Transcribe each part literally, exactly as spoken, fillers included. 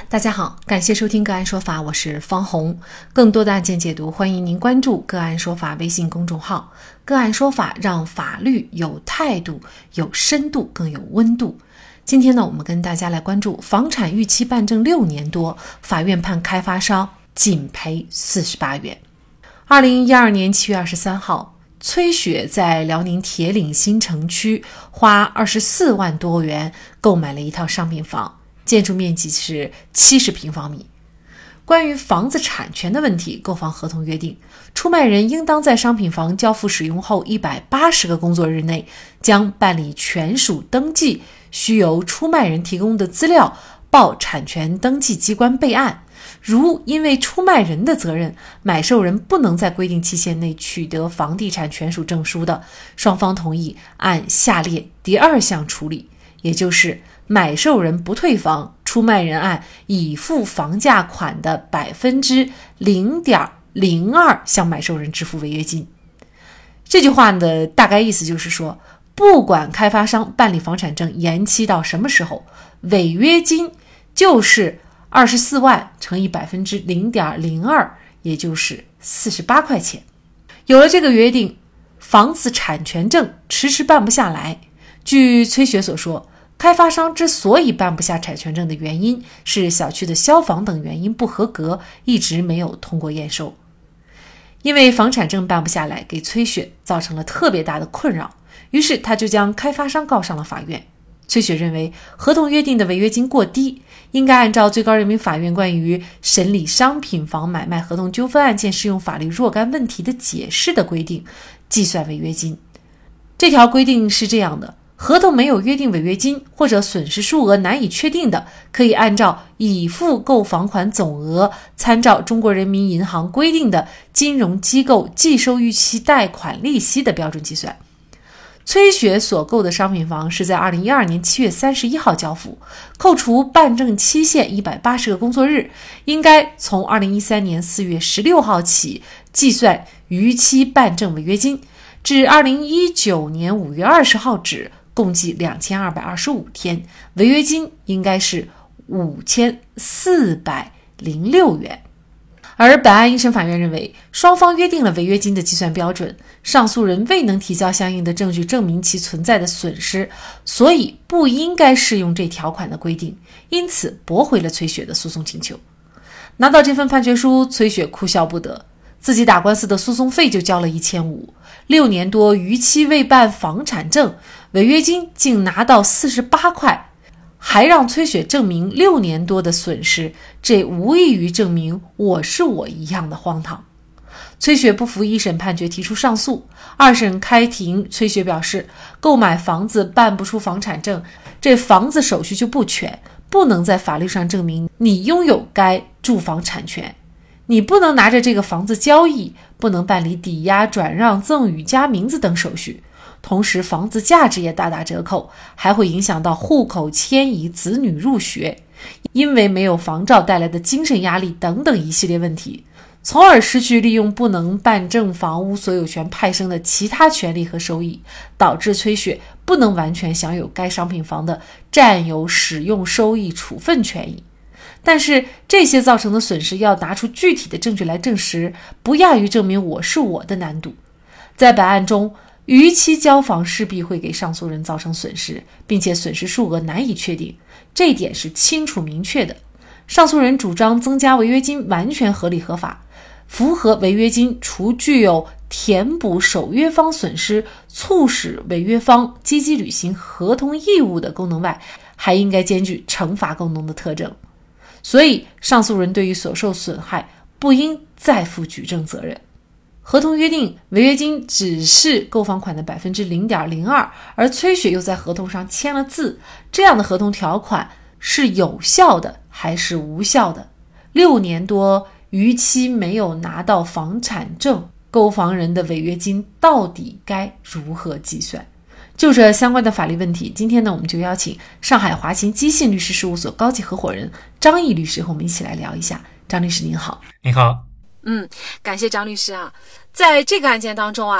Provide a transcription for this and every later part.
大家好，感谢收听个案说法，我是方红。更多的案件解读，欢迎您关注个案说法微信公众号。个案说法让法律有态度、有深度、更有温度。今天呢，我们跟大家来关注房产逾期办证六年多，法院判开发商仅赔四十八元。二零一二年七月二十三号，崔雪在辽宁铁岭新城区花二十四万多元购买了一套商品房，建筑面积是七十平方米。关于房子产权的问题，购房合同约定，出卖人应当在商品房交付使用后一百八十个工作日内，将办理权属登记，需由出卖人提供的资料报产权登记机关备案。如因为出卖人的责任，买受人不能在规定期限内取得房地产权属证书的，双方同意按下列第二项处理，也就是买受人不退房，出卖人按已付房价款的百分之零点零二向买受人支付违约金。这句话的大概意思就是说，不管开发商办理房产证延期到什么时候，违约金就是二十四万乘以百分之零点零二，也就是四十八块钱。有了这个约定，房子产权证迟迟办不下来。据崔雪所说，开发商之所以办不下产权证的原因是小区的消防等原因不合格，一直没有通过验收。因为房产证办不下来，给崔雪造成了特别大的困扰，于是他就将开发商告上了法院。崔雪认为合同约定的违约金过低，应该按照最高人民法院关于审理商品房买卖合同纠纷案件适用法律若干问题的解释的规定计算违约金。这条规定是这样的，合同没有约定违约金或者损失数额难以确定的，可以按照已付购房款总额参照中国人民银行规定的金融机构计收逾期贷款利息的标准计算。崔雪所购的商品房是在二零一二年七月三十一号交付，扣除办证期限一百八十个工作日，应该从二零一三年四月十六号起计算逾期办证违约金，至二零一九年五月二十号止，共计两千二百二十五天，违约金应该是五千四百零六元。而本案一审法院认为，双方约定了违约金的计算标准，上诉人未能提交相应的证据证明其存在的损失，所以不应该适用这条款的规定，因此驳回了崔雪的诉讼请求。拿到这份判决书，崔雪哭笑不得，自己打官司的诉讼费就交了一千五，六年多逾期未办房产证，违约金竟拿到四十八块，还让崔雪证明六年多的损失，这无异于证明我是我一样的荒唐。崔雪不服一审判决提出上诉，二审开庭，崔雪表示购买房子办不出房产证，这房子手续就不全，不能在法律上证明你拥有该住房产权，你不能拿着这个房子交易，不能办理抵押、转让、赠与、加名字等手续，同时房子价值也大打折扣，还会影响到户口迁移、子女入学，因为没有房照带来的精神压力等等一系列问题，从而失去利用不能办证房屋所有权派生的其他权利和收益，导致崔雪不能完全享有该商品房的占有、使用、收益、处分权益。但是这些造成的损失要拿出具体的证据来证实，不亚于证明我是我的难度。在本案中，逾期交房势必会给上诉人造成损失，并且损失数额难以确定，这一点是清楚明确的。上诉人主张增加违约金完全合理合法，符合违约金除具有填补守约方损失、促使违约方积极履行合同义务的功能外，还应该兼具惩罚功能的特征。所以上诉人对于所受损害不应再负举证责任。合同约定违约金只是购房款的百分之零点零二，而崔雪又在合同上签了字，这样的合同条款是有效的还是无效的？六年多逾期没有拿到房产证，购房人的违约金到底该如何计算？就这相关的法律问题，今天呢，我们就邀请上海华勤基信律师事务所高级合伙人张毅律师和我们一起来聊一下。张律师您好。 您好。 嗯，感谢张律师啊。在这个案件当中啊，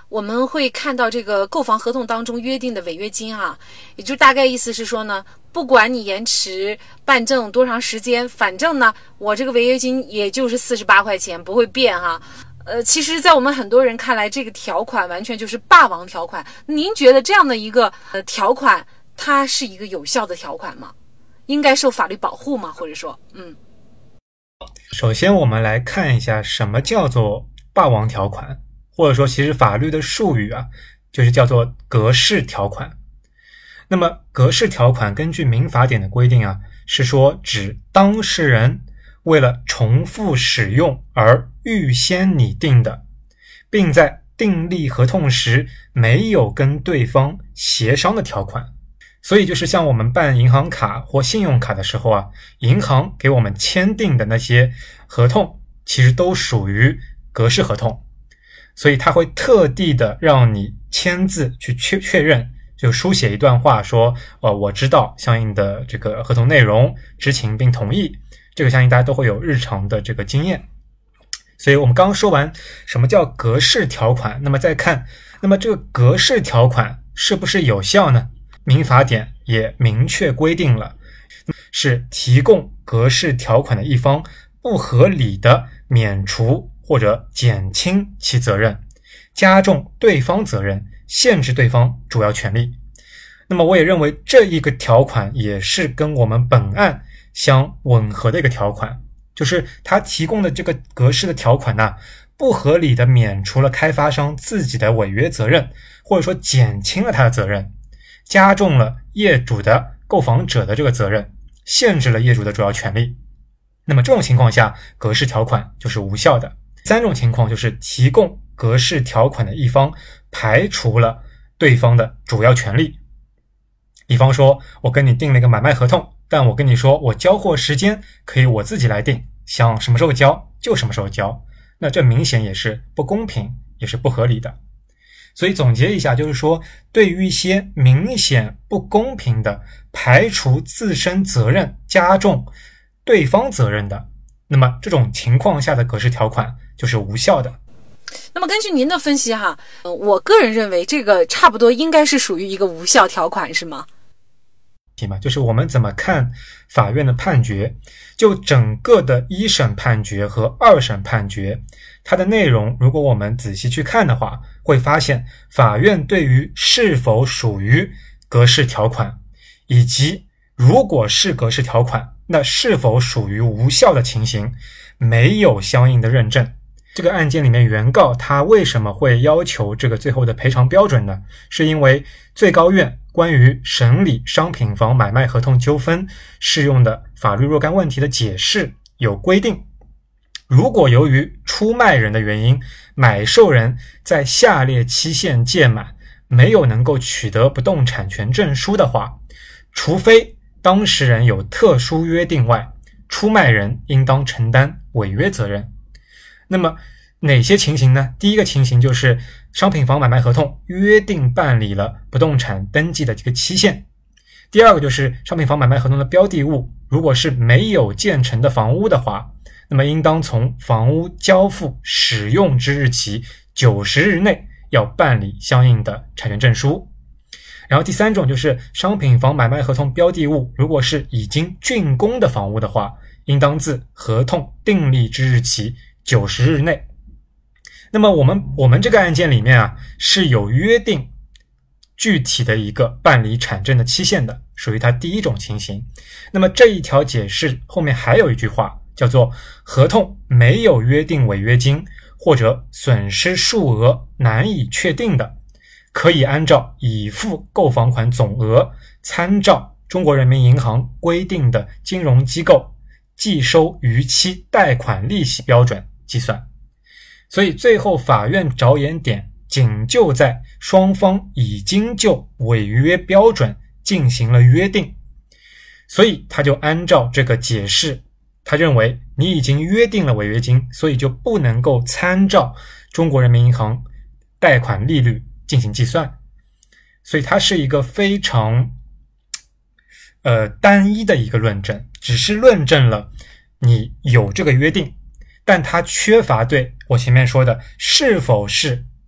我们会看到这个购房合同当中约定的违约金啊，也就大概意思是说呢，不管你延迟办证多长时间，反正呢我这个违约金也就是四十八块钱，不会变哈。呃，其实在我们很多人看来，这个条款完全就是霸王条款。您觉得这样的一个呃条款，它是一个有效的条款吗？应该受法律保护吗？或者说嗯首先我们来看一下什么叫做霸王条款，或者说其实法律的术语啊，就是叫做格式条款。那么格式条款根据民法典的规定啊，是说指当事人为了重复使用而预先拟定的，并在订立合同时没有跟对方协商的条款。所以就是像我们办银行卡或信用卡的时候啊，银行给我们签订的那些合同其实都属于格式合同，所以他会特地的让你签字去确确认，就书写一段话说呃，我知道相应的这个合同内容，知情并同意。这个相信大家都会有日常的这个经验。所以我们刚刚说完什么叫格式条款，那么再看那么这个格式条款是不是有效呢？民法典也明确规定了，是提供格式条款的一方不合理的免除或者减轻其责任，加重对方责任，限制对方主要权利。那么我也认为这一个条款也是跟我们本案相吻合的一个条款，就是他提供的这个格式的条款呢、啊，不合理的免除了开发商自己的违约责任，或者说减轻了他的责任，加重了业主的购房者的这个责任，限制了业主的主要权利。那么这种情况下，格式条款就是无效的。三种情况就是提供格式条款的一方排除了对方的主要权利。比方说我跟你订了一个买卖合同，但我跟你说我交货时间可以我自己来定，想什么时候交就什么时候交，那这明显也是不公平，也是不合理的。所以总结一下，就是说对于一些明显不公平的排除自身责任，加重对方责任的，那么这种情况下的格式条款就是无效的。 那么根据您的分析哈，我个人认为这个差不多应该是属于一个无效条款，是吗？ 就是我们怎么看法院的判决，就整个的一审判决和二审判决，它的内容如果我们仔细去看的话，会发现法院对于是否属于格式条款，以及如果是格式条款，那是否属于无效的情形，没有相应的认证。这个案件里面原告他为什么会要求这个最后的赔偿标准呢？是因为最高院关于审理商品房买卖合同纠纷适用的法律若干问题的解释有规定，如果由于出卖人的原因，买受人在下列期限届满没有能够取得不动产权证书的话，除非当事人有特殊约定外，出卖人应当承担违约责任。那么哪些情形呢？第一个情形就是商品房买卖合同约定办理了不动产登记的这个期限。第二个就是商品房买卖合同的标的物如果是没有建成的房屋的话，那么应当从房屋交付使用之日起九十日内要办理相应的产权证书。然后第三种就是商品房买卖合同标的物如果是已经竣工的房屋的话，应当自合同订立之日起九十日内。那么我们我们这个案件里面啊，是有约定具体的一个办理产证的期限的，属于它第一种情形。那么这一条解释后面还有一句话，叫做合同没有约定违约金或者损失数额难以确定的，可以按照已付购房款总额参照中国人民银行规定的金融机构计收逾期贷款利息标准计算。所以最后法院着眼点仅就在双方已经就违约标准进行了约定，所以他就按照这个解释，他认为你已经约定了违约金，所以就不能够参照中国人民银行贷款利率进行计算。所以它是一个非常呃单一的一个论证，只是论证了你有这个约定，但它缺乏对我前面说的是否是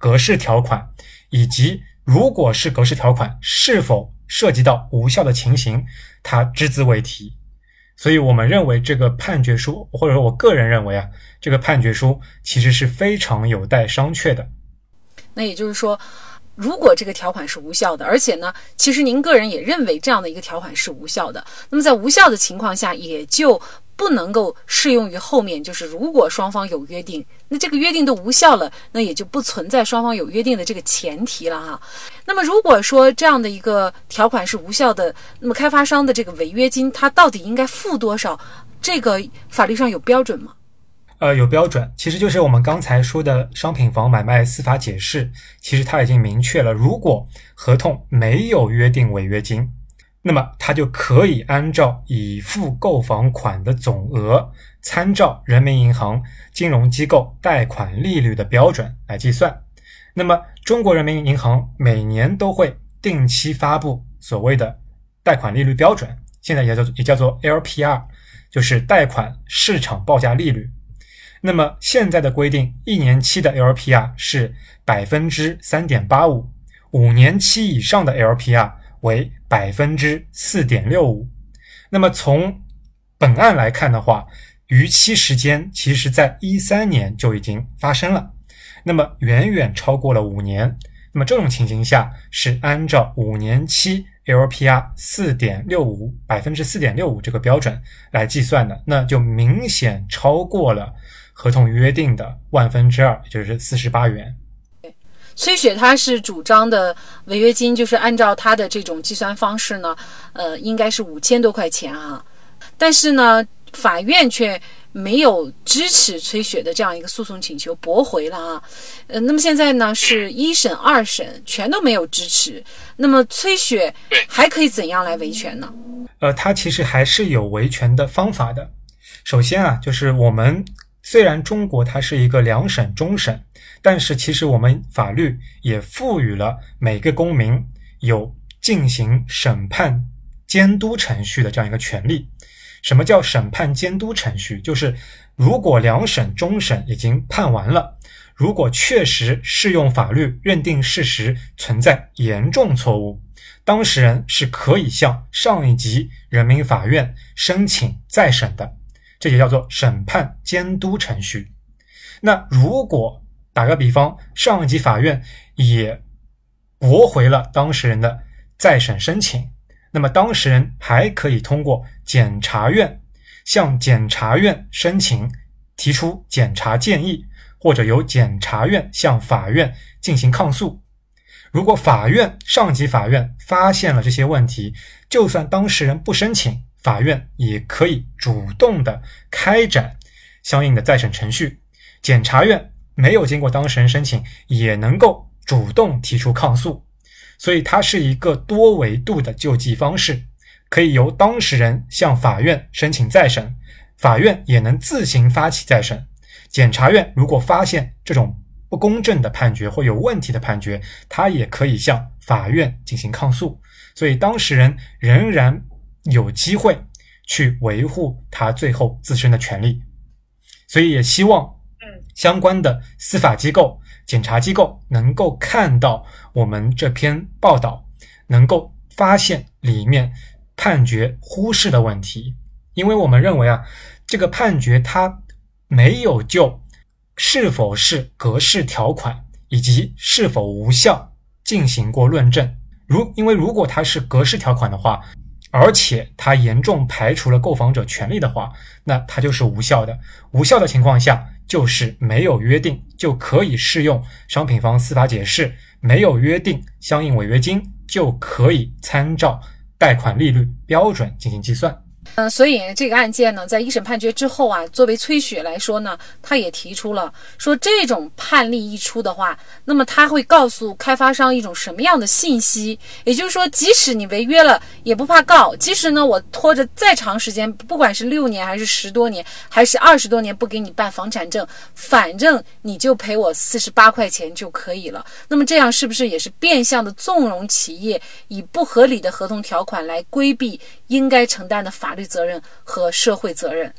格式条款，以及如果是格式条款是否涉及到无效的情形，它只字未提。所以我们认为这个判决书，或者说我个人认为啊，这个判决书其实是非常有待商榷的。 那也就是说，如果这个条款是无效的，而且呢，其实您个人也认为这样的一个条款是无效的，那么在无效的情况下，也就不能够适用于后面，就是如果双方有约定，那这个约定都无效了，那也就不存在双方有约定的这个前提了哈。那么如果说这样的一个条款是无效的，那么开发商的这个违约金他到底应该付多少？这个法律上有标准吗？ 呃，有标准，其实就是我们刚才说的商品房买卖司法解释，其实它已经明确了，如果合同没有约定违约金，那么它就可以按照已付购房款的总额，参照人民银行金融机构贷款利率的标准来计算。那么中国人民银行每年都会定期发布所谓的贷款利率标准，现在也叫做也叫做 L P R， 就是贷款市场报价利率。那么现在的规定，一年期的 L P R 是 百分之三点八五， 五年期以上的 L P R 为 百分之四点六五。 那么从本案来看的话，逾期时间其实在十三年就已经发生了，那么远远超过了五年。那么这种情形下是按照五年期 L P R 四点六五 百分之四点六五 这个标准来计算的，那就明显超过了合同约定的万分之二，也就是四十八元。 崔雪他是主张的违约金，就是按照他的这种计算方式呢，呃，应该是五千多块钱啊。但是呢，法院却没有支持崔雪的这样一个诉讼请求，驳回了啊。呃，那么现在呢是一审、二审全都没有支持。那么崔雪还可以怎样来维权呢？ 呃，他其实还是有维权的方法的。首先啊，就是我们虽然中国它是一个两审终审，但是其实我们法律也赋予了每个公民有进行审判监督程序的这样一个权利。什么叫审判监督程序？就是如果两审终审已经判完了，如果确实适用法律认定事实存在严重错误，当事人是可以向上一级人民法院申请再审的，这也叫做审判监督程序。那如果打个比方，上一级法院也驳回了当事人的再审申请，那么当事人还可以通过检察院向检察院申请提出检察建议，或者由检察院向法院进行抗诉。如果法院上级法院发现了这些问题，就算当事人不申请，法院也可以主动的开展相应的再审程序。检察院没有经过当事人申请，也能够主动提出抗诉。所以它是一个多维度的救济方式，可以由当事人向法院申请再审，法院也能自行发起再审。检察院如果发现这种不公正的判决或有问题的判决，他也可以向法院进行抗诉。所以当事人仍然有机会去维护他最后自身的权利。所以也希望相关的司法机构、检察机构能够看到我们这篇报道，能够发现里面判决忽视的问题。因为我们认为啊，这个判决它没有就是否是格式条款以及是否无效进行过论证。如因为如果它是格式条款的话，而且它严重排除了购房者权利的话，那它就是无效的。无效的情况下，就是没有约定就可以适用商品房司法解释，没有约定相应违约金就可以参照贷款利率标准进行计算。 呃，所以这个案件呢，在一审判决之后啊，作为崔雪来说呢，他也提出了说，这种判例一出的话，那么他会告诉开发商一种什么样的信息？也就是说，即使你违约了，也不怕告；即使呢，我拖着再长时间，不管是六年还是十多年，还是二十多年不给你办房产证，反正你就赔我四十八块钱就可以了。那么这样是不是也是变相的纵容企业以不合理的合同条款来规避应该承担的法律责任和社会责任？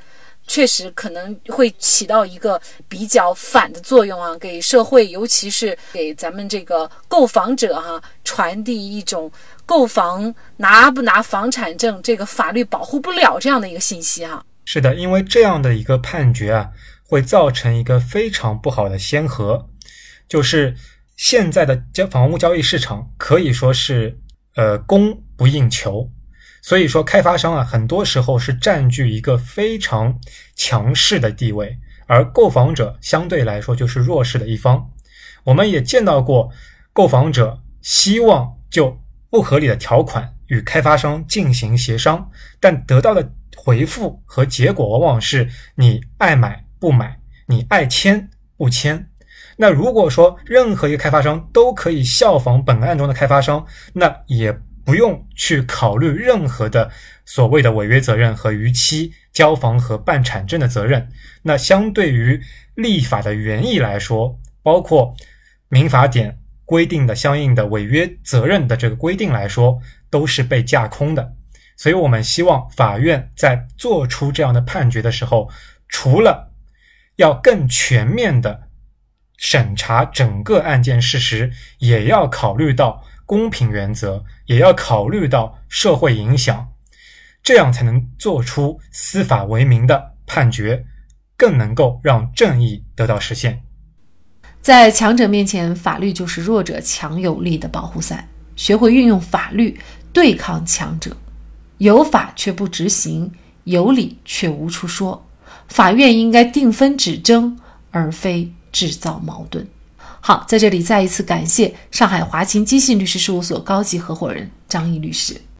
确实可能会起到一个比较反的作用啊，给社会，尤其是给咱们这个购房者哈、啊，传递一种购房拿不拿房产证这个法律保护不了这样的一个信息哈、啊。 是的，因为这样的一个判决啊，会造成一个非常不好的先河，就是现在的房屋交易市场可以说是呃供不应求。所以说开发商啊，很多时候是占据一个非常强势的地位，而购房者相对来说就是弱势的一方。我们也见到过购房者希望就不合理的条款与开发商进行协商，但得到的回复和结果往往是你爱买不买，你爱签不签。那如果说任何一个开发商都可以效仿本案中的开发商，那也不用去考虑任何的所谓的违约责任和逾期交房和办产证的责任。那相对于立法的原意来说，包括民法典规定的相应的违约责任的这个规定来说，都是被架空的。所以我们希望法院在做出这样的判决的时候，除了要更全面的审查整个案件事实，也要考虑到公平原则，也要考虑到社会影响，这样才能做出司法为民的判决，更能够让正义得到实现。 在强者面前，法律就是弱者强有力的保护伞，学会运用法律对抗强者，有法却不执行，有理却无处说。法院应该定分止争，而非制造矛盾。好，在这里再一次感谢上海华勤基信律师事务所高级合伙人张毅律师。